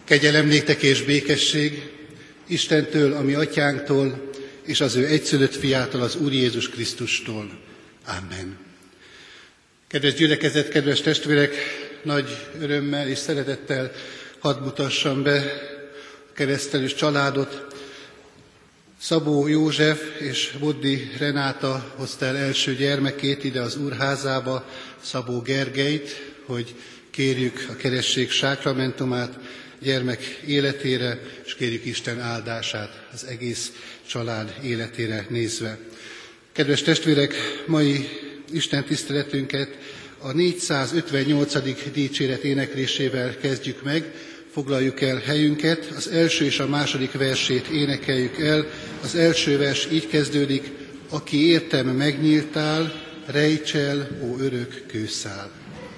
Kegyelem néktek és békesség Istentől, a mi atyánktól, és az ő egyszülött fiától, az Úr Jézus Krisztustól. Amen. Kedves gyülekezet, kedves testvérek, nagy örömmel és szeretettel hadd mutassam be a keresztelős családot. Szabó József és Boddi Renáta hozta el első gyermekét ide az Úrházába, Szabó Gergelyt, hogy kérjük a keresztség sákramentumát gyermek életére, és kérjük Isten áldását az egész család életére nézve. Kedves testvérek, mai Isten tiszteletünket a 458. dicséret éneklésével kezdjük meg. Foglaljuk el helyünket, az első és a második versét énekeljük el. Az első vers így kezdődik: aki értem megnyíltál, rejts el, ó örök kőszál.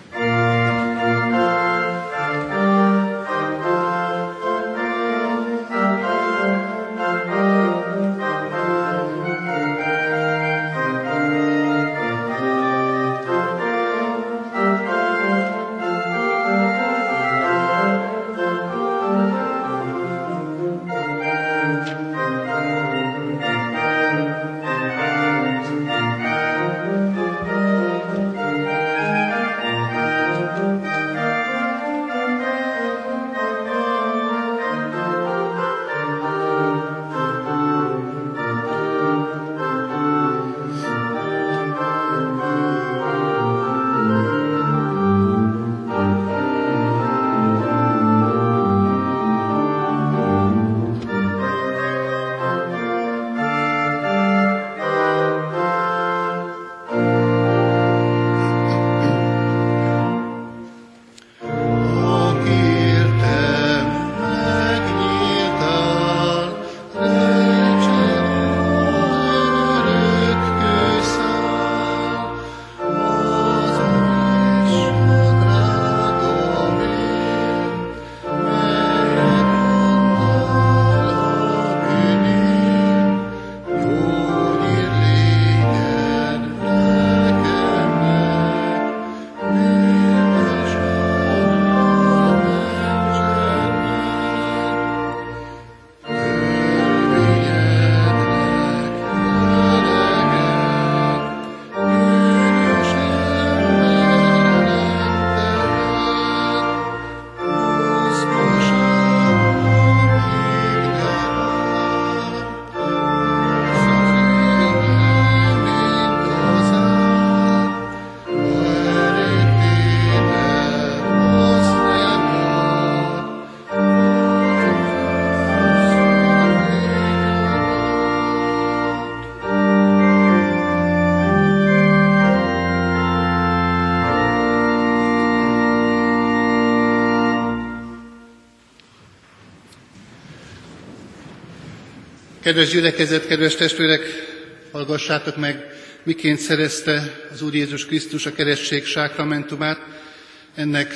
Kedves gyülekezet, kedves testvérek, hallgassátok meg, miként szerezte az Úr Jézus Krisztus a keresztség sákramentumát. Ennek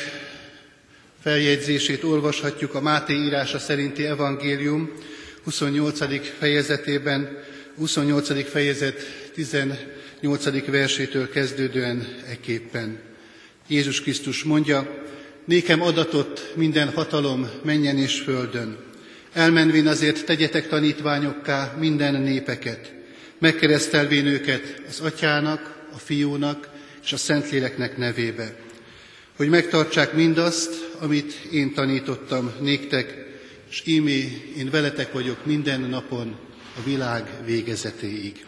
feljegyzését olvashatjuk a Máté írása szerinti evangélium 28. fejezetében, 28. fejezet 18. versétől kezdődően eképpen. Jézus Krisztus mondja: nékem adatott minden hatalom mennyen és földön. Elmenvén azért tegyetek tanítványokká minden népeket, megkeresztelvén őket az Atyának, a Fiúnak és a Szentléleknek nevébe, hogy megtartsák mindazt, amit én tanítottam néktek, és ímé én veletek vagyok minden napon a világ végezetéig.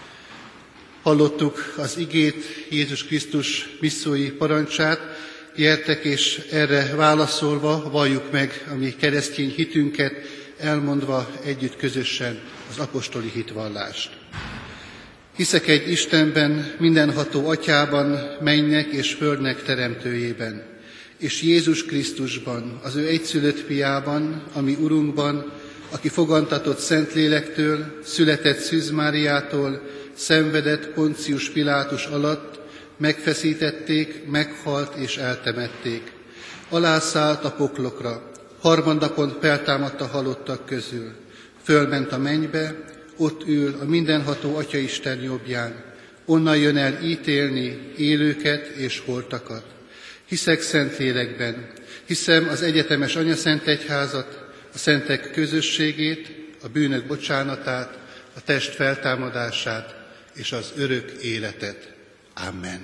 Hallottuk az igét, Jézus Krisztus missziói parancsát, gyertek, és erre válaszolva valljuk meg a mi keresztény hitünket, elmondva együtt közösen az apostoli hitvallást. Hiszek egy Istenben, mindenható Atyában, mennynek és földnek teremtőjében, és Jézus Krisztusban, az ő egyszülött fiában, a mi Urunkban, aki fogantatott Szentlélektől, született Szűz Máriától, szenvedett Poncius Pilátus alatt, megfeszítették, meghalt és eltemették. Alászállt a poklokra, harmadnapon feltámadt a halottak közül, fölment a mennybe, ott ül a mindenható Atyaisten jobbján, onnan jön el ítélni élőket és holtakat. Hiszek Szentlélekben, Hiszem az egyetemes anyaszentegyházat, a szentek közösségét, a bűnök bocsánatát, a test feltámadását és az örök életet. Amen.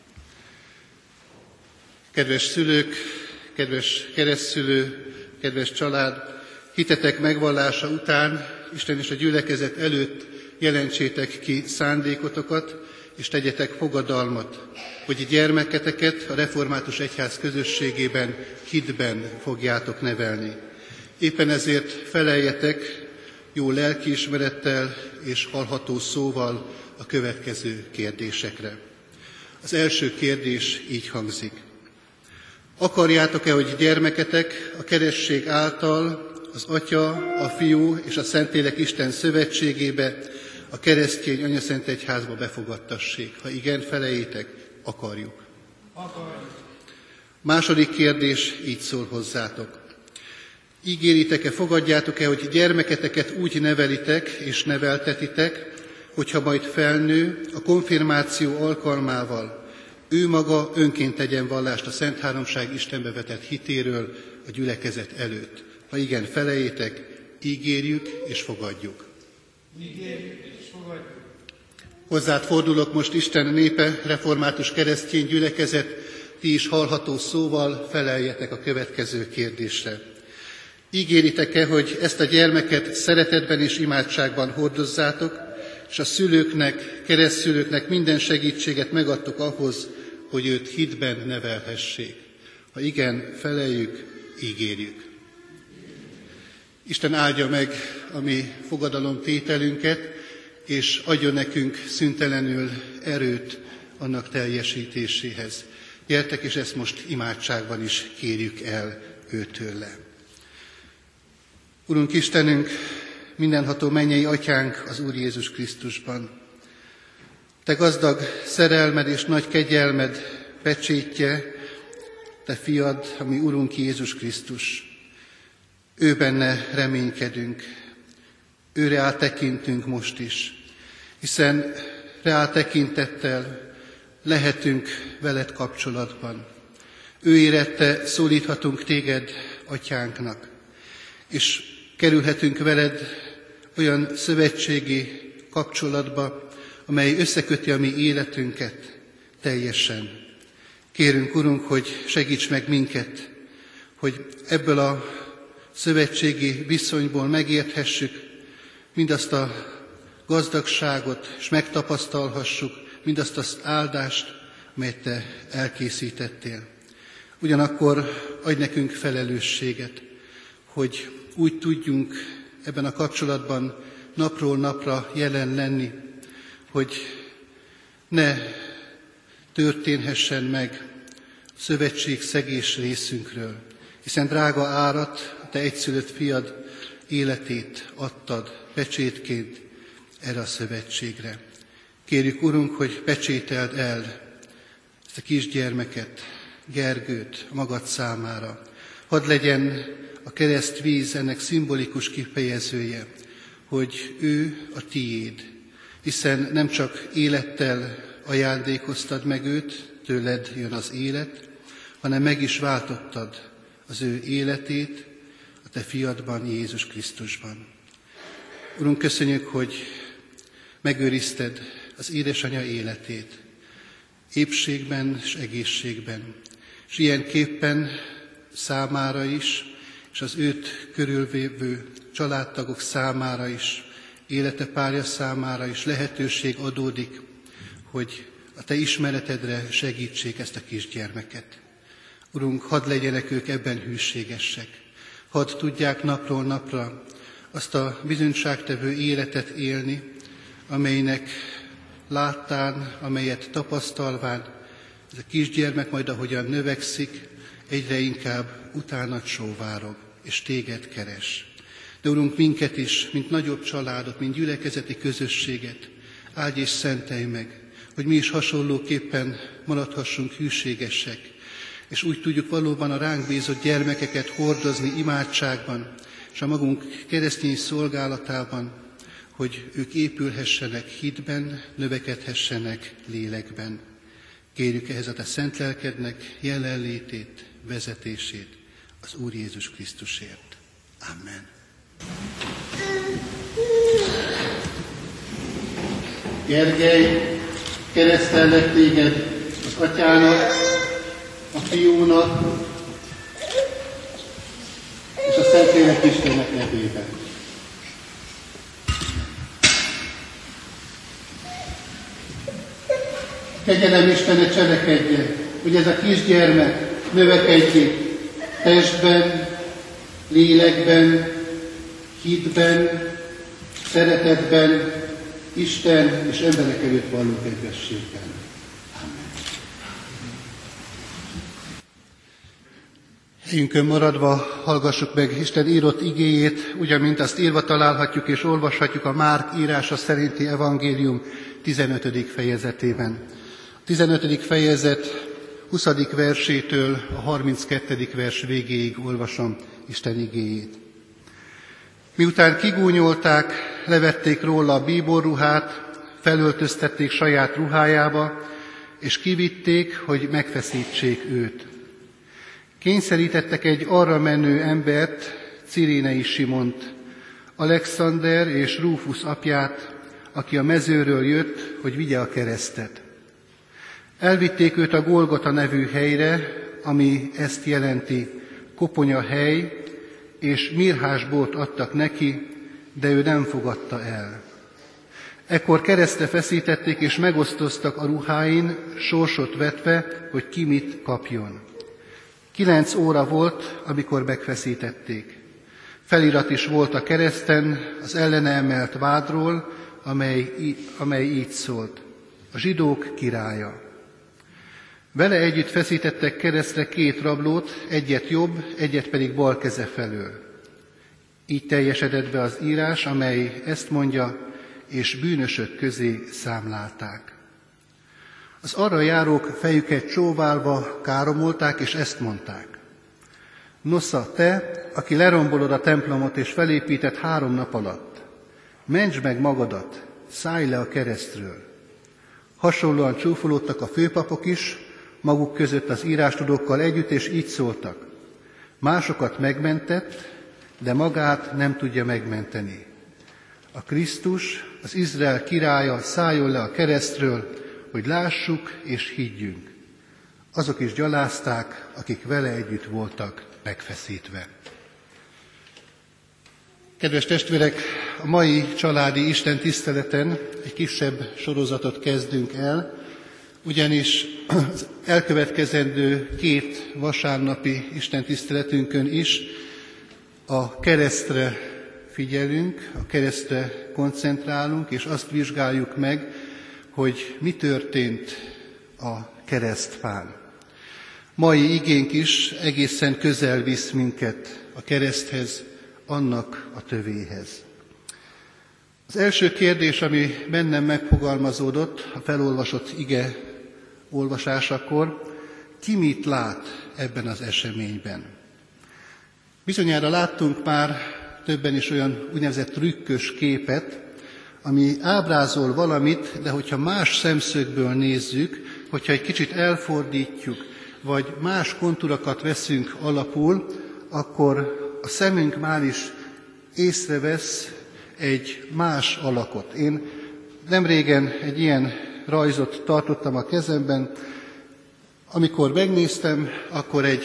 Kedves szülők, kedves keresztszülő, kedves család, hitetek megvallása után Isten és a gyülekezet előtt jelentsétek ki szándékotokat, és tegyetek fogadalmat, hogy gyermeketeket a református egyház közösségében, hitben fogjátok nevelni. Éppen ezért feleljetek jó lelkiismerettel és hallható szóval a következő kérdésekre. Az első kérdés így hangzik. Akarjátok-e, hogy gyermeketek a keresztség által az Atya, a Fiú és a Szentlélek Isten szövetségébe, a keresztény anyaszentegyházba befogadtassék? Ha igen, feleljétek, akarjuk. Második kérdés így szól hozzátok. Ígéritek-e, fogadjátok-e, hogy gyermeketeket úgy nevelitek és neveltetitek, hogyha majd felnő, a konfirmáció alkalmával ő maga önként tegyen vallást a Szent Háromság Istenbe vetett hitéről a gyülekezet előtt? Ha igen, feleljétek, ígérjük és fogadjuk. Ígérjük és fogadjuk. Hozzád fordulok most, Isten népe, református keresztény gyülekezet, ti is hallható szóval feleljetek a következő kérdésre. Ígéritek-e, hogy ezt a gyermeket szeretetben és imádságban hordozzátok, és a szülőknek, keresztszülőknek minden segítséget megadtok ahhoz, hogy őt hitben nevelhessék? Ha igen, feleljük, ígérjük. Isten áldja meg a mi fogadalomtételünket, és adjon nekünk szüntelenül erőt annak teljesítéséhez. Gyertek, és ezt most imádságban is kérjük el őtőle. Urunk Istenünk, mindenható mennyei Atyánk az Úr Jézus Krisztusban. Te gazdag szerelmed és nagy kegyelmed pecsétje, Te fiad, a mi Urunk Jézus Krisztus. Ő benne reménykedünk, őre tekintünk most is, hiszen reál tekintettel lehetünk veled kapcsolatban. Ő érette szólíthatunk téged Atyánknak, és kerülhetünk veled olyan szövetségi kapcsolatba, amely összeköti a mi életünket teljesen. Kérünk, Urunk, hogy segíts meg minket, hogy ebből a szövetségi viszonyból megérthessük mindazt a gazdagságot, és megtapasztalhassuk mindazt az áldást, amelyet Te elkészítettél. Ugyanakkor adj nekünk felelősséget, hogy úgy tudjunk ebben a kapcsolatban napról napra jelen lenni, hogy ne történhessen meg szövetségszegés részünkről, hiszen drága árat, a Te egyszülött fiad életét adtad pecsétként erre a szövetségre. Kérjük, Urunk, hogy pecsételd el ezt a kisgyermeket, Gergőt magad számára. Hadd legyen a keresztvíz ennek szimbolikus kifejezője, hogy ő a tiéd, hiszen nem csak élettel ajándékoztad meg őt, tőled jön az élet, hanem meg is váltottad az ő életét a Te fiadban, Jézus Krisztusban. Urunk, köszönjük, hogy megőrizted az édesanyja életét, épségben és egészségben, és ilyenképpen számára is, és az őt körülvévő családtagok számára is, élete párja számára is lehetőség adódik, hogy a Te ismeretedre segítsék ezt a kisgyermeket. Urunk, hadd legyenek ők ebben hűségesek, hadd tudják napról napra azt a bizonyságtevő életet élni, amelynek láttán, amelyet tapasztalván, ez a kisgyermek majd ahogyan növekszik, egyre inkább utánad sóvárog, és téged keres. De Urunk, minket is, mint nagyobb családot, mint gyülekezeti közösséget, áldj és szentelj meg, hogy mi is hasonlóképpen maradhassunk hűségesek, és úgy tudjuk valóban a ránk bízott gyermekeket hordozni imádságban, és a magunk keresztény szolgálatában, hogy ők épülhessenek hitben, növekedhessenek lélekben. Kérjük ehhez a Te szent lelkednek jelenlétét, vezetését. az Úr Jézus Krisztusért. Amen. Gergely, keresztellek téged az Atyának, a Fiúnak és a Szentlélek Istennek nevében. Kegyelem Istene cselekedjen, hogy ez a kisgyermek növekedjék testben, lélekben, hitben, szeretetben, Isten és emberek előtt való kedvességben. Amen. Helyünkön maradva hallgassuk meg Isten írott igéjét, ugyanmint azt írva találhatjuk és olvashatjuk a Márk írása szerinti evangélium 15. fejezetében. A 15. fejezet 20. versétől a 32. vers végéig olvasom Isten igéjét. Miután kigúnyolták, levették róla a bíborruhát, felöltöztették saját ruhájába, és kivitték, hogy megfeszítsék őt. Kényszerítettek egy arra menő embert, Cirénei Simont, Alexander és Rúfusz apját, aki a mezőről jött, hogy vigye a keresztet. Elvitték őt a Golgota nevű helyre, ami ezt jelenti, koponyahely, és mirhásbort adtak neki, de ő nem fogadta el. Ekkor keresztre feszítették, és megosztoztak a ruháin, sorsot vetve, hogy ki mit kapjon. 9 óra volt, amikor megfeszítették. Felirat is volt a kereszten az ellene emelt vádról, amely így szólt: a zsidók királya. Vele együtt feszítettek keresztre 2 rablót, egyet jobb, egyet pedig bal keze felől. Így teljesedett be az írás, amely ezt mondja, és bűnösök közé számlálták. Az arra járók fejüket csóválva káromolták, és ezt mondták: Nosza, te, aki lerombolod a templomot és felépített 3 nap alatt, mentsd meg magadat, szállj le a keresztről. Hasonlóan csúfolódtak a főpapok is, maguk között az írástudókkal együtt, és így szóltak: másokat megmentett, de magát nem tudja megmenteni. A Krisztus, az Izrael királya szálljon le a keresztről, hogy lássuk és higgyünk. Azok is gyalázták, akik vele együtt voltak megfeszítve. Kedves testvérek, a mai családi Isten tiszteleten egy kisebb sorozatot kezdünk el, ugyanis az elkövetkezendő 2 vasárnapi Isten tiszteletünkön is a keresztre figyelünk, a keresztre koncentrálunk, és azt vizsgáljuk meg, hogy mi történt a keresztfán. Mai igénk is egészen közel visz minket a kereszthez, annak a tövéhez. Az első kérdés, ami bennem megfogalmazódott a felolvasott ige olvasásakor: ki mit lát ebben az eseményben? Bizonyára láttunk már többen is olyan úgynevezett trükkös képet, ami ábrázol valamit, de hogyha más szemszögből nézzük, hogyha egy kicsit elfordítjuk, vagy más kontúrokat veszünk alapul, akkor a szemünk már is észrevesz egy más alakot. Én nemrégen egy ilyen rajzot tartottam a kezemben. Amikor megnéztem, akkor egy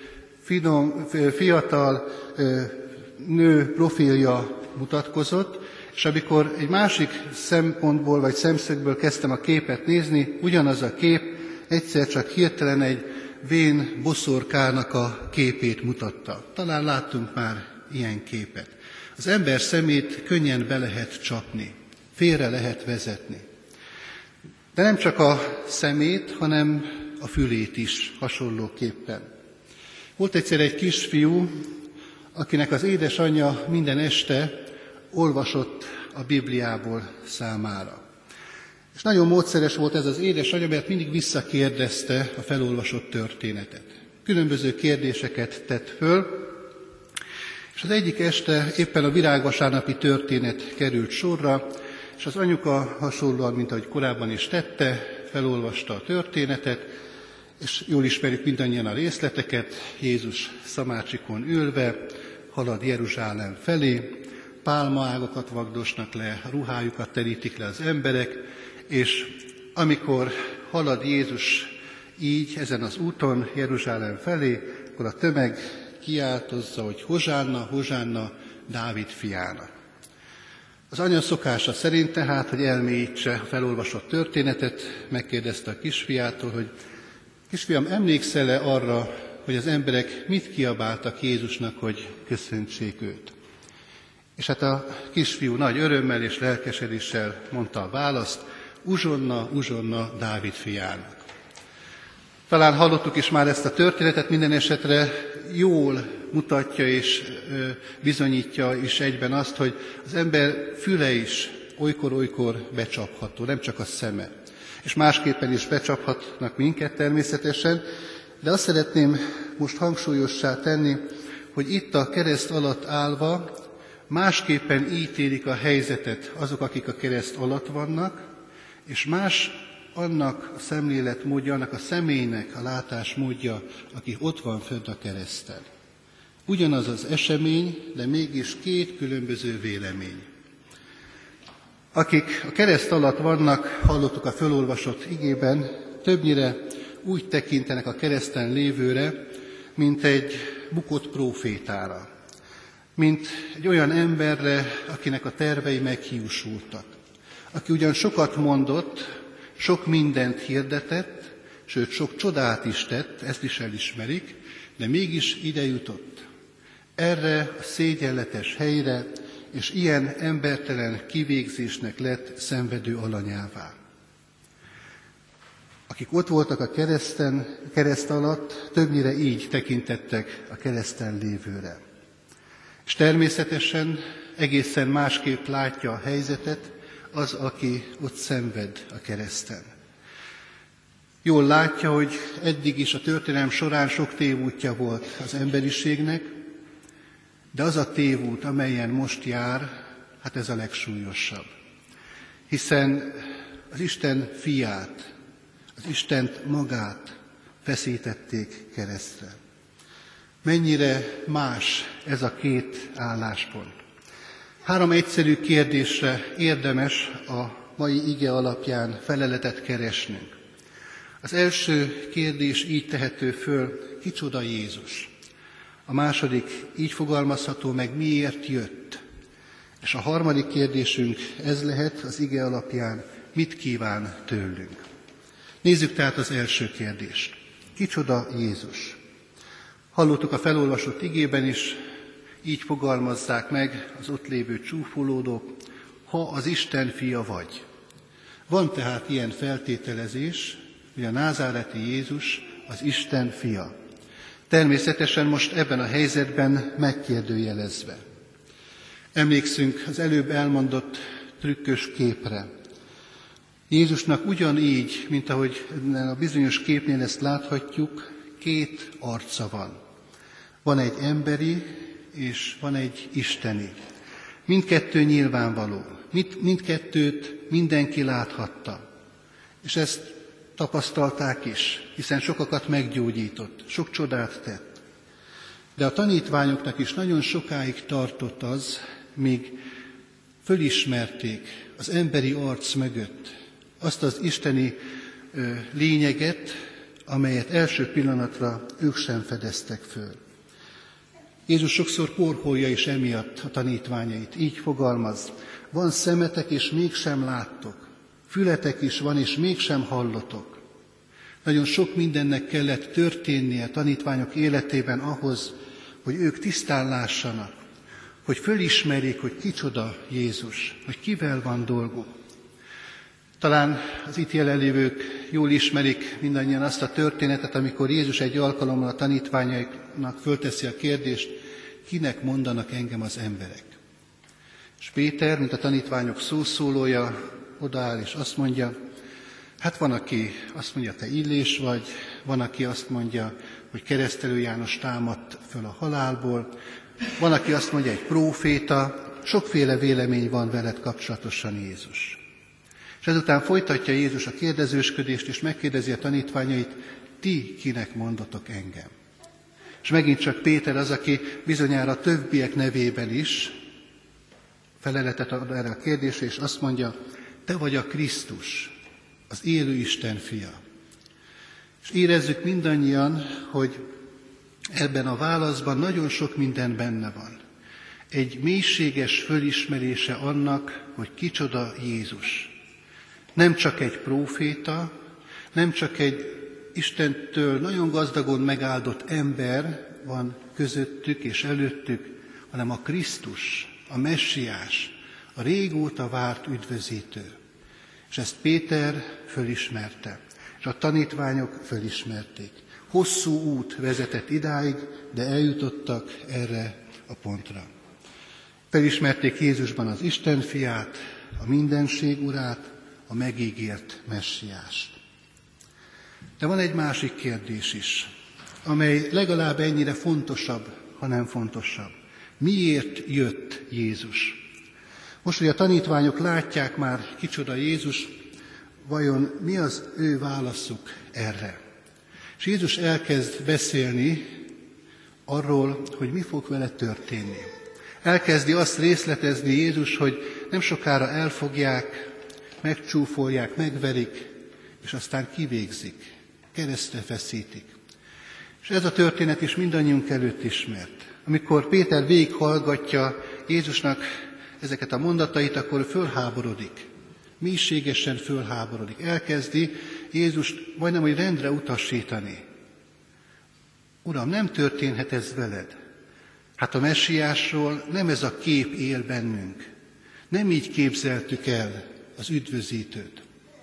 fiatal nő profilja mutatkozott, és amikor egy másik szempontból vagy szemszögből kezdtem a képet nézni, ugyanaz a kép egyszer csak hirtelen egy vén boszorkának a képét mutatta. Talán láttunk már ilyen képet. Az ember szemét könnyen be lehet csapni, félre lehet vezetni. De nem csak a szemét, hanem a fülét is hasonlóképpen. Volt egyszer egy kisfiú, akinek az édesanyja minden este olvasott a Bibliából számára. És nagyon módszeres volt ez az édesanyja, mert mindig visszakérdezte a felolvasott történetet. Különböző kérdéseket tett föl, és az egyik este éppen a virágvasárnapi történet került sorra, és az anyuka hasonlóan, mint ahogy korábban is tette, felolvasta a történetet, és jól ismerjük mindannyian a részleteket. Jézus szamácsikon ülve halad Jeruzsálem felé, pálmaágakat vagdosnak le, ruhájukat terítik le az emberek, és amikor halad Jézus így ezen az úton Jeruzsálem felé, akkor a tömeg kiáltozza, hogy Hozsánna, Hozsánna Dávid fiának. Az anya szokása szerint tehát, hogy elmélyítse a felolvasott történetet, megkérdezte a kisfiától, hogy kisfiam, emlékszel-e arra, hogy az emberek mit kiabáltak Jézusnak, hogy köszöntsék őt? És hát a kisfiú nagy örömmel és lelkesedéssel mondta a választ, Uzsonna, Uzsonna Dávid fiának. Talán hallottuk is már ezt a történetet, minden esetre jól mutatja és bizonyítja is egyben azt, hogy az ember füle is olykor-olykor becsapható, nem csak a szeme. És másképpen is becsaphatnak minket természetesen, de azt szeretném most hangsúlyossá tenni, hogy itt a kereszt alatt állva másképpen ítélik a helyzetet azok, akik a kereszt alatt vannak, és más annak a szemléletmódja, annak a személynek a látásmódja, aki ott van fönt a kereszten. Ugyanaz az esemény, de mégis két különböző vélemény. Akik a kereszt alatt vannak, hallottuk a fölolvasott igében, többnyire úgy tekintenek a kereszten lévőre, mint egy bukott prófétára, mint egy olyan emberre, akinek a tervei meghiúsultak, aki ugyan sokat mondott, sok mindent hirdetett, sőt sok csodát is tett, ezt is elismerik, de mégis ide jutott. Erre a szégyenletes helyre, és ilyen embertelen kivégzésnek lett szenvedő alanyává. Akik ott voltak a kereszt alatt, többnyire így tekintettek a kereszten lévőre. És természetesen egészen másképp látja a helyzetet az, aki ott szenved a kereszten. Jól látja, hogy eddig is a történelem során sok tévútja volt az emberiségnek, de az a tévút, amelyen most jár, hát ez a legsúlyosabb. Hiszen az Isten fiát, az Istent magát feszítették keresztre. Mennyire más ez a két álláspont. 3 egyszerű kérdésre érdemes a mai ige alapján feleletet keresnünk. Az első kérdés így tehető föl, kicsoda Jézus? A második így fogalmazható meg, miért jött? És a harmadik kérdésünk ez lehet az ige alapján, mit kíván tőlünk? Nézzük tehát az első kérdést. Kicsoda Jézus? Hallottuk a felolvasott igében is, így fogalmazzák meg az ott lévő csúfolódók, ha az Isten fia vagy. Van tehát ilyen feltételezés, hogy a názáreti Jézus az Isten fia. Természetesen most ebben a helyzetben megkérdőjelezve. Emlékszünk az előbb elmondott trükkös képre. Jézusnak ugyanígy, mint ahogy a bizonyos képnél ezt láthatjuk, 2 arca van. Van egy emberi, és van egy isteni. Mindkettő nyilvánvaló. Mindkettőt mindenki láthatta. És ezt tapasztalták is, hiszen sokakat meggyógyított, sok csodát tett. De a tanítványoknak is nagyon sokáig tartott az, míg fölismerték az emberi arc mögött azt az isteni lényeget, amelyet első pillanatra ők sem fedeztek föl. Jézus sokszor porholja is emiatt a tanítványait, így fogalmaz, van szemetek és mégsem láttok, fületek is van és mégsem hallotok. Nagyon sok mindennek kellett történnie a tanítványok életében ahhoz, hogy ők tisztán lássanak, hogy fölismerjék, hogy kicsoda Jézus, hogy kivel van dolguk. Talán az itt jelenlévők jól ismerik mindannyian azt a történetet, amikor Jézus egy alkalommal a tanítványainak fölteszi a kérdést, kinek mondanak engem az emberek. És Péter, mint a tanítványok szószólója, odaáll és azt mondja, hát van, aki azt mondja, te Illés vagy, van, aki azt mondja, hogy Keresztelő János támadt föl a halálból, van, aki azt mondja, egy próféta, sokféle vélemény van veled kapcsolatosan Jézus. És ezután folytatja Jézus a kérdezősködést, és megkérdezi a tanítványait, ti kinek mondotok engem? És megint csak Péter az, aki bizonyára többiek nevében is feleletet ad erre a kérdésre, és azt mondja, te vagy a Krisztus, az élő Isten fia. És érezzük mindannyian, hogy ebben a válaszban nagyon sok minden benne van. Egy mélységes fölismerése annak, hogy kicsoda Jézus. Nem csak egy próféta, nem csak egy Istentől nagyon gazdagon megáldott ember van közöttük és előttük, hanem a Krisztus, a Messiás, a régóta várt üdvözítő. És ezt Péter fölismerte, és a tanítványok fölismerték. Hosszú út vezetett idáig, de eljutottak erre a pontra. Felismerték Jézusban az Isten fiát, a mindenség urát, a megígért Messiást. De van egy másik kérdés is, amely legalább ennyire fontosabb, ha nem fontosabb. Miért jött Jézus? Most, hogy a tanítványok látják már, kicsoda Jézus, vajon mi az ő válaszuk erre? És Jézus elkezd beszélni arról, hogy mi fog vele történni. Elkezdi azt részletezni Jézus, hogy nem sokára elfogják, megcsúfolják, megverik, és aztán kivégzik, keresztre feszítik. És ez a történet is mindannyiunk előtt ismert. Amikor Péter végighallgatja Jézusnak ezeket a mondatait, akkor fölháborodik. Mélységesen fölháborodik. Elkezdi Jézust majdnem, hogy rendre utasítani. Uram, nem történhet ez veled. Hát a Messiásról nem ez a kép él bennünk. Nem így képzeltük el az üdvözítőt.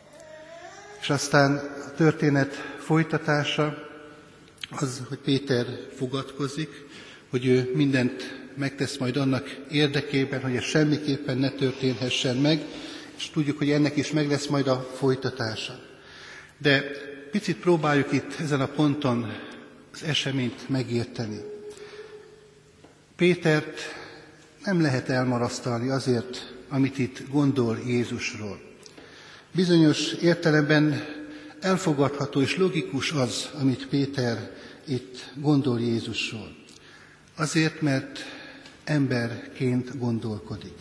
És aztán a történet folytatása az, hogy Péter fogadkozik, hogy ő mindent megtesz majd annak érdekében, hogy ez semmiképpen ne történhessen meg, és tudjuk, hogy ennek is meg lesz majd a folytatása. De picit próbáljuk itt ezen a ponton az eseményt megérteni. Pétert nem lehet elmarasztalni azért, amit itt gondol Jézusról. Bizonyos értelemben elfogadható és logikus az, amit Péter itt gondol Jézusról. Azért, mert emberként gondolkodik.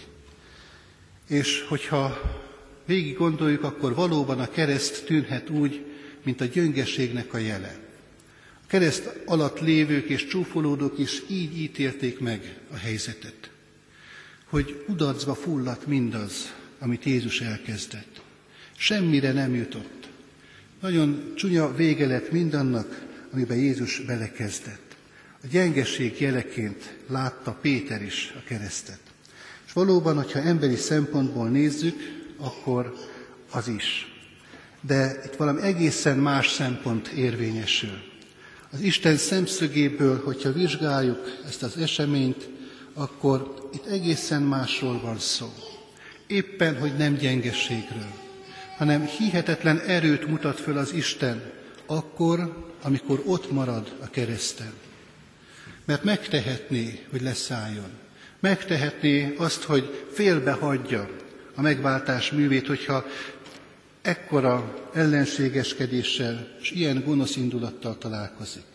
És hogyha végig gondoljuk, akkor valóban a kereszt tűnhet úgy, mint a gyöngeségnek a jele. A kereszt alatt lévők és csúfolódók is így ítélték meg a helyzetet, hogy kudarcba fulladt mindaz, amit Jézus elkezdett. Semmire nem jutott. Nagyon csúnya vége lett mindannak, amiben Jézus belekezdett. A gyengeség jeleként látta Péter is a keresztet. És valóban, hogyha emberi szempontból nézzük, akkor az is. De itt valami egészen más szempont érvényesül. Az Isten szemszögéből, hogyha vizsgáljuk ezt az eseményt, akkor itt egészen másról van szó. Éppen, hogy nem gyengeségről, hanem hihetetlen erőt mutat föl az Isten akkor, amikor ott marad a kereszten. Mert megtehetné, hogy leszálljon. Megtehetné azt, hogy félbehagyja a megváltás művét, hogyha ekkora ellenségeskedéssel és ilyen gonosz indulattal találkozik.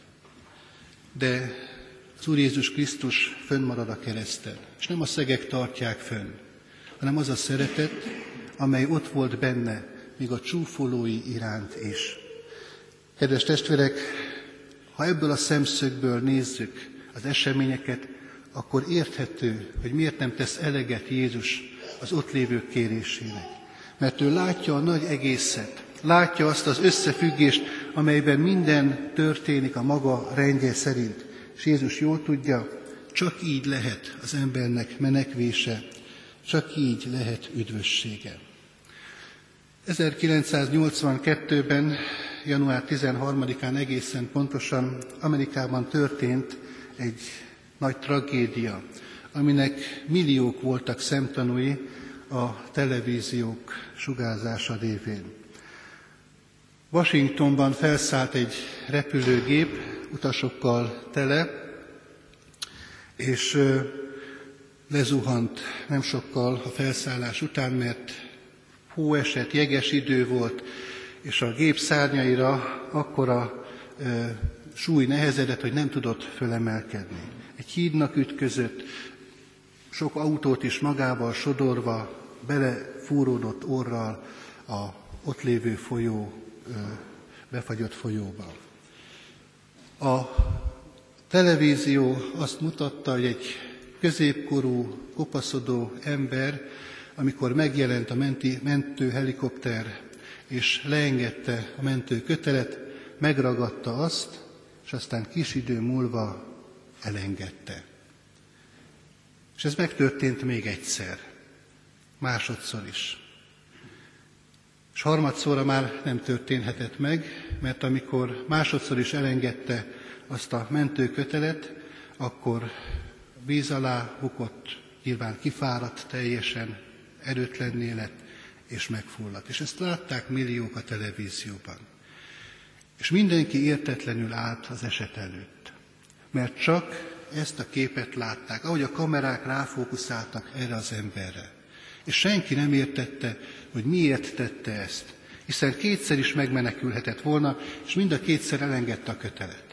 De az Úr Jézus Krisztus fönnmarad a kereszten, és nem a szegek tartják fönn, hanem az a szeretet, amely ott volt benne, még a csúfolói iránt is. Kedves testvérek, ha ebből a szemszögből nézzük az eseményeket, akkor érthető, hogy miért nem tesz eleget Jézus az ott lévők kérésének. Mert ő látja a nagy egészet, látja azt az összefüggést, amelyben minden történik a maga rendje szerint. És Jézus jól tudja, csak így lehet az embernek menekvése, csak így lehet üdvössége. 1982-ben, január 13-án egészen pontosan Amerikában történt egy nagy tragédia, aminek milliók voltak szemtanúi a televíziók sugárzása révén. Washingtonban felszállt egy repülőgép, utasokkal tele, és lezuhant nem sokkal a felszállás után, mert hó esett, jeges idő volt, és a gép szárnyaira akkora súly nehezedett, hogy nem tudott fölemelkedni. Egy hídnak ütközött, sok autót is magával sodorva, belefúródott orral a ott lévő folyó, befagyott folyóba. A televízió azt mutatta, hogy egy középkorú, kopaszodó ember, amikor megjelent a mentőhelikopter, és leengedte a mentőkötelet, megragadta azt, és aztán kis idő múlva elengedte. És ez megtörtént még egyszer, másodszor is. És harmadszorra már nem történhetett meg, mert amikor másodszor is elengedte azt a mentőkötelet, akkor víz alá bukott, nyilván kifáradt teljesen, erőtlenné lett, és megfulladt. És ezt látták milliók a televízióban. És mindenki értetlenül állt az eset előtt. Mert csak ezt a képet látták, ahogy a kamerák ráfókuszáltak erre az emberre. És senki nem értette, hogy miért tette ezt. Hiszen kétszer is megmenekülhetett volna, és mind a kétszer elengedte a kötelet.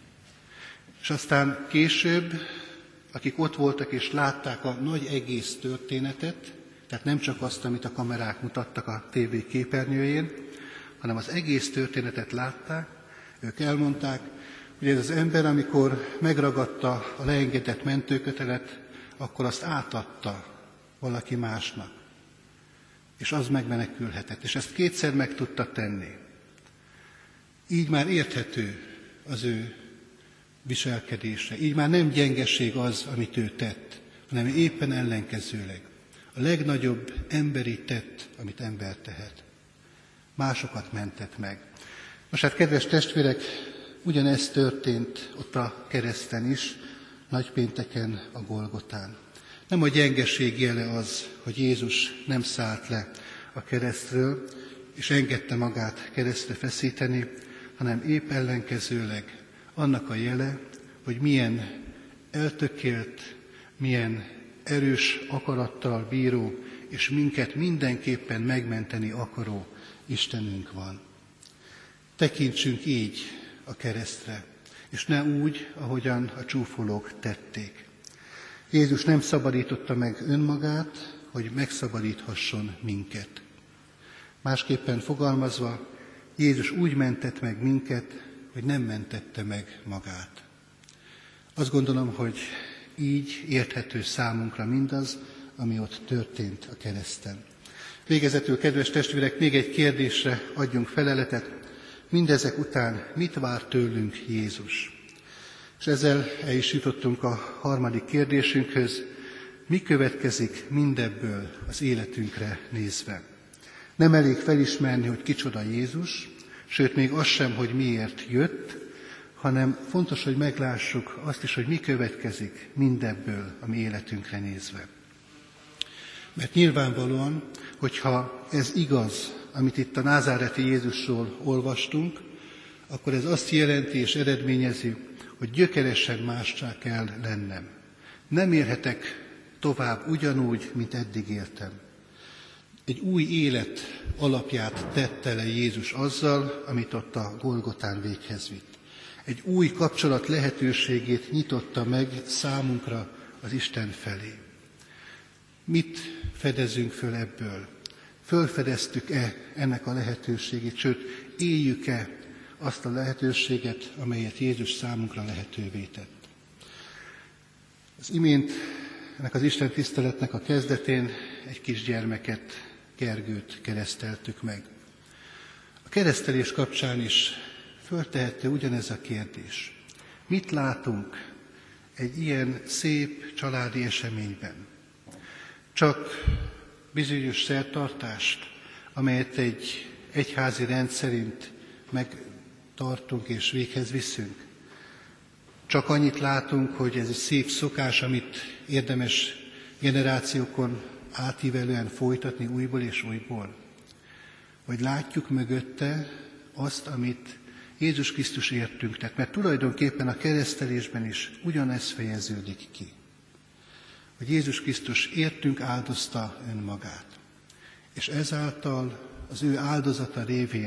És aztán később, akik ott voltak és látták a nagy egész történetet, tehát nem csak azt, amit a kamerák mutattak a tévé képernyőjén, hanem az egész történetet látták, ők elmondták, hogy ez az ember, amikor megragadta a leengedett mentőkötelet, akkor azt átadta valaki másnak. És az megmenekülhetett. És ezt kétszer meg tudta tenni. Így már érthető az ő viselkedése. Így már nem gyengeség az, amit ő tett, hanem éppen ellenkezőleg. A legnagyobb emberi tett, amit ember tehet. Másokat mentett meg. Most hát, kedves testvérek, ugyanezt történt ott a kereszten is, nagypénteken, a Golgotán. Nem a gyengeség jele az, hogy Jézus nem szállt le a keresztről, és engedte magát keresztre feszíteni, hanem épp ellenkezőleg annak a jele, hogy milyen eltökélt, milyen erős akarattal bíró, és minket mindenképpen megmenteni akaró Istenünk van. Tekintsünk így a keresztre, és ne úgy, ahogyan a csúfolók tették. Jézus nem szabadította meg önmagát, hogy megszabadíthasson minket. Másképpen fogalmazva, Jézus úgy mentett meg minket, hogy nem mentette meg magát. Azt gondolom, hogy így érthető számunkra mindaz, ami ott történt a kereszten. Végezetül, kedves testvérek, még egy kérdésre adjunk feleletet. Mindezek után mit vár tőlünk Jézus? És ezzel el is jutottunk a harmadik kérdésünkhöz. Mi következik mindebből az életünkre nézve? Nem elég felismerni, hogy kicsoda Jézus, sőt még az sem, hogy miért jött, hanem fontos, hogy meglássuk azt is, hogy mi következik mindebből a mi életünkre nézve. Mert nyilvánvalóan, hogyha ez igaz, amit itt a názáreti Jézusról olvastunk, akkor ez azt jelenti és eredményezi, hogy gyökeresen mássá kell lennem. Nem élhetek tovább ugyanúgy, mint eddig éltem. Egy új élet alapját tette le Jézus azzal, amit ott a Golgotán véghez vitt. Egy új kapcsolat lehetőségét nyitotta meg számunkra az Isten felé. Mit fedezünk föl ebből? Fölfedeztük-e ennek a lehetőségét, sőt, éljük-e azt a lehetőséget, amelyet Jézus számunkra lehetővé tett? Az imént ennek az Isten tiszteletnek a kezdetén egy kisgyermeket, Gergőt kereszteltük meg. A keresztelés kapcsán is föltehető ugyanez a kérdés. Mit látunk egy ilyen szép családi eseményben? Csak bizonyos szertartást, amelyet egy egyházi rend szerint megtartunk és véghez viszünk. Csak annyit látunk, hogy ez egy szép szokás, amit érdemes generációkon átívelően folytatni újból és újból. Vagy látjuk mögötte azt, amit Jézus Krisztus értünk tett, mert tulajdonképpen a keresztelésben is ugyanez fejeződik ki. Hogy Jézus Krisztus értünk áldozta önmagát, és ezáltal az ő áldozata révén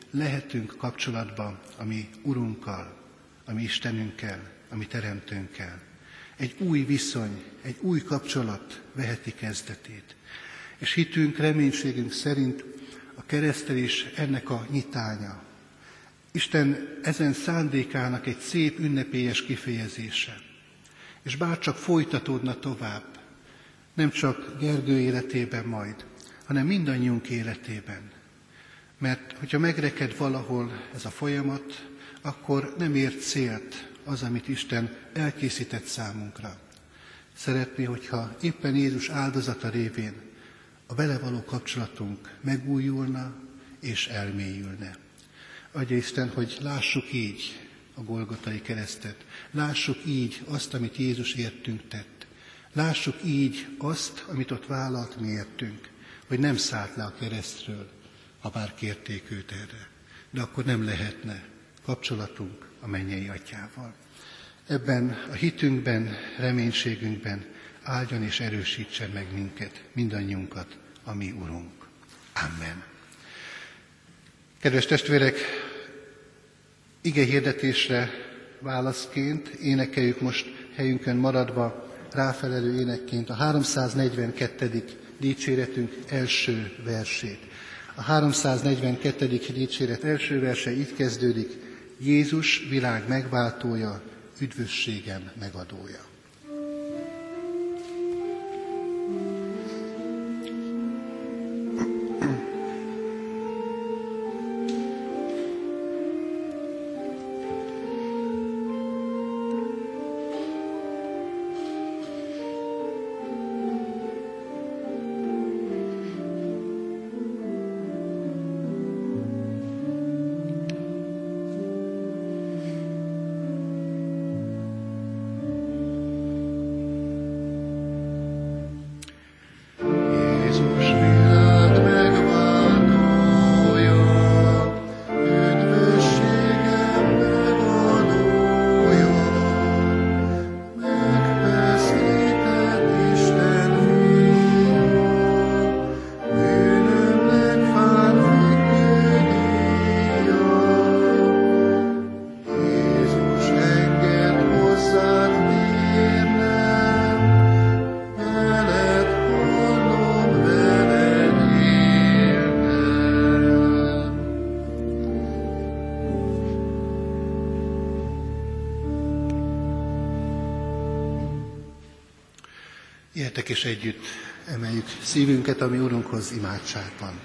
lehetünk kapcsolatban a mi Urunkkal, a mi Istenünkkel, a mi Teremtőnkkel. Egy új viszony, egy új kapcsolat veheti kezdetét. És hitünk, reménységünk szerint a keresztelés ennek a nyitánya. Isten ezen szándékának egy szép ünnepélyes kifejezése. És bárcsak folytatódna tovább, nem csak Gergő életében majd, hanem mindannyiunk életében. Mert hogyha megreked valahol ez a folyamat, akkor nem ér célt az, amit Isten elkészített számunkra. Szeretné, hogyha éppen Jézus áldozata révén a vele való kapcsolatunk megújulna és elmélyülne. Adja Isten, hogy lássuk így a Golgotai keresztet, lássuk így azt, amit Jézus értünk tett, lássuk így azt, amit ott vállalt mi értünk, hogy nem szállt le a keresztről, ha bár kérték őt erre, de akkor nem lehetne kapcsolatunk a mennyei Atyával. Ebben a hitünkben, reménységünkben áldjon és erősítsen meg minket, mindannyiunkat, a mi Urunk. Amen. Kedves testvérek, ige hirdetésre válaszként énekeljük most helyünkön maradva ráfelelő énekként a 342. dicséretünk első versét. A 342. dicséret első verse így kezdődik: Jézus világ megváltója, üdvösségem megadója. Gyertek és együtt emeljük szívünket a mi Urunkhoz imádságban.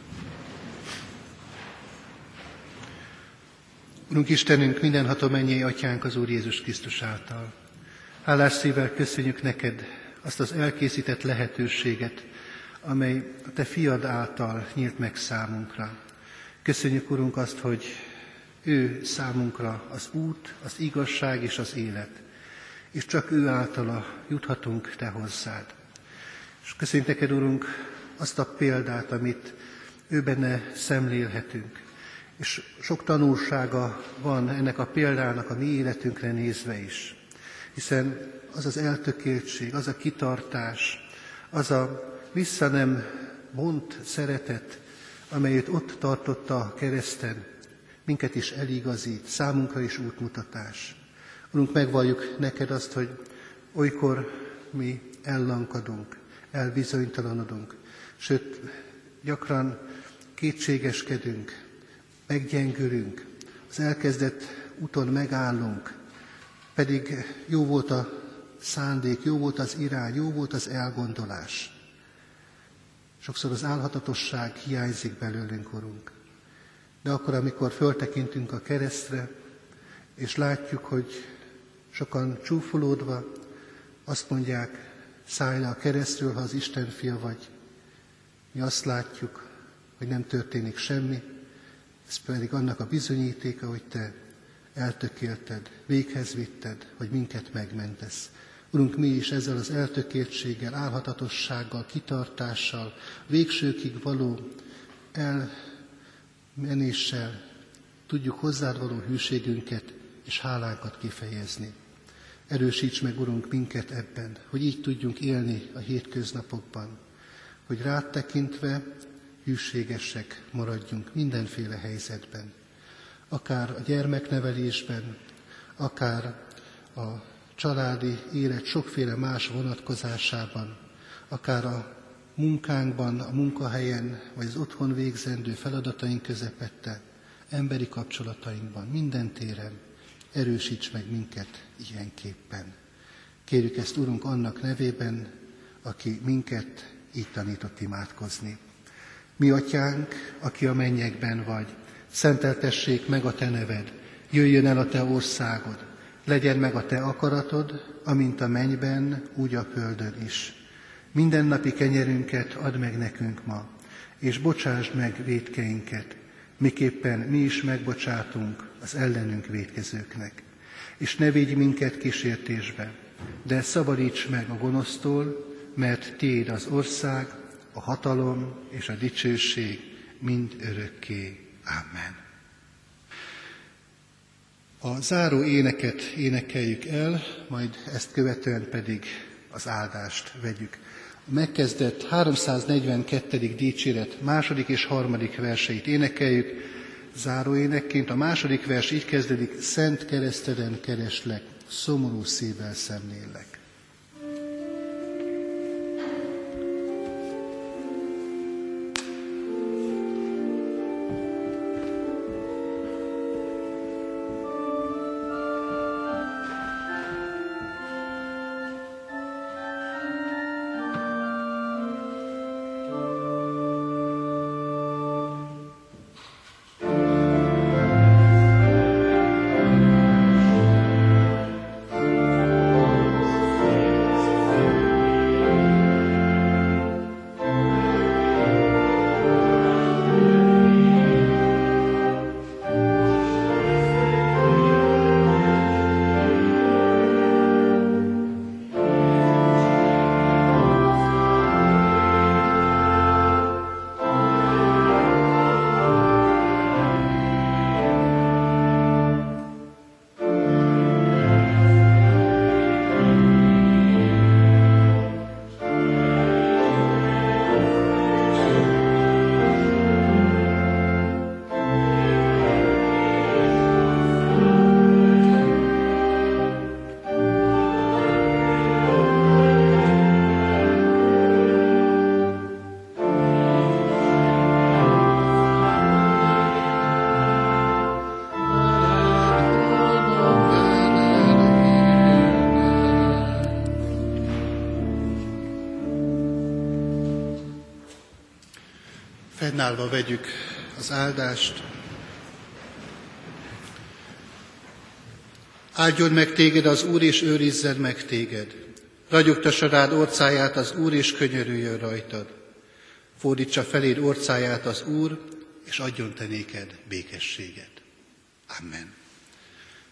Urunk Istenünk, mindenható mennyei Atyánk az Úr Jézus Krisztus által. Hálás szívvel köszönjük neked azt az elkészített lehetőséget, amely a te fiad által nyílt meg számunkra. Köszönjük, Urunk, azt, hogy ő számunkra az út, az igazság és az élet, és csak ő általa juthatunk te hozzád. És köszönjük neked, Urunk, azt a példát, amit ő benne szemlélhetünk. És sok tanulsága van ennek a példának a mi életünkre nézve is. Hiszen az az eltökéltség, az a kitartás, az a vissza nem vont szeretet, amelyet ott tartotta a kereszten, minket is eligazít, számunkra is útmutatás. Urunk, megvalljuk neked azt, hogy olykor mi ellankadunk, elbizonytalanodunk, sőt, gyakran kétségeskedünk, meggyengülünk, az elkezdett úton megállunk, pedig jó volt a szándék, jó volt az irány, jó volt az elgondolás. Sokszor az álhatatosság hiányzik belőlünk, Urunk. De akkor, amikor föltekintünk a keresztre, és látjuk, hogy sokan csúfolódva azt mondják, szállj le a keresztről, ha az Isten fia vagy. Mi azt látjuk, hogy nem történik semmi, ez pedig annak a bizonyítéka, hogy te eltökélted, véghez vitted, hogy minket megmentesz. Urunk, mi is ezzel az eltökéltséggel, álhatatossággal, kitartással, végsőkig való elmenéssel tudjuk hozzád való hűségünket és hálánkat kifejezni. Erősíts meg, Urunk, minket ebben, hogy így tudjunk élni a hétköznapokban, hogy rád tekintve hűségesek maradjunk mindenféle helyzetben. Akár a gyermeknevelésben, akár a családi élet sokféle más vonatkozásában, akár a munkánkban, a munkahelyen, vagy az otthon végzendő feladataink közepette, emberi kapcsolatainkban, minden téren erősíts meg minket ilyenképpen. Kérjük ezt, Urunk, annak nevében, aki minket így tanított imádkozni. Mi Atyánk, aki a mennyekben vagy, szenteltessék meg a Te neved, jöjjön el a Te országod, legyen meg a Te akaratod, amint a mennyben, úgy a földön is. Mindennapi kenyerünket add meg nekünk ma, és bocsásd meg vétkeinket, miképpen mi is megbocsátunk az ellenünk vétkezőknek. És ne vigy minket kísértésbe, de szabadíts meg a gonosztól, mert Tiéd az ország, a hatalom és a dicsőség mind örökké. Amen. A záró éneket énekeljük el, majd ezt követően pedig az áldást vegyük. A megkezdett 342. dicséret második és harmadik verseit énekeljük. Záróénekként a második vers így kezdődik: Szent kereszteden kereslek, szomorú szívvel szemlélek. Fennállva vegyük az áldást. Áldjon meg téged az Úr, és őrizzen meg téged. Ragyogtassa rád orcáját az Úr, és könyörüljön rajtad. Fordítsa feléd orcáját az Úr, és adjon te néked békességet. Amen.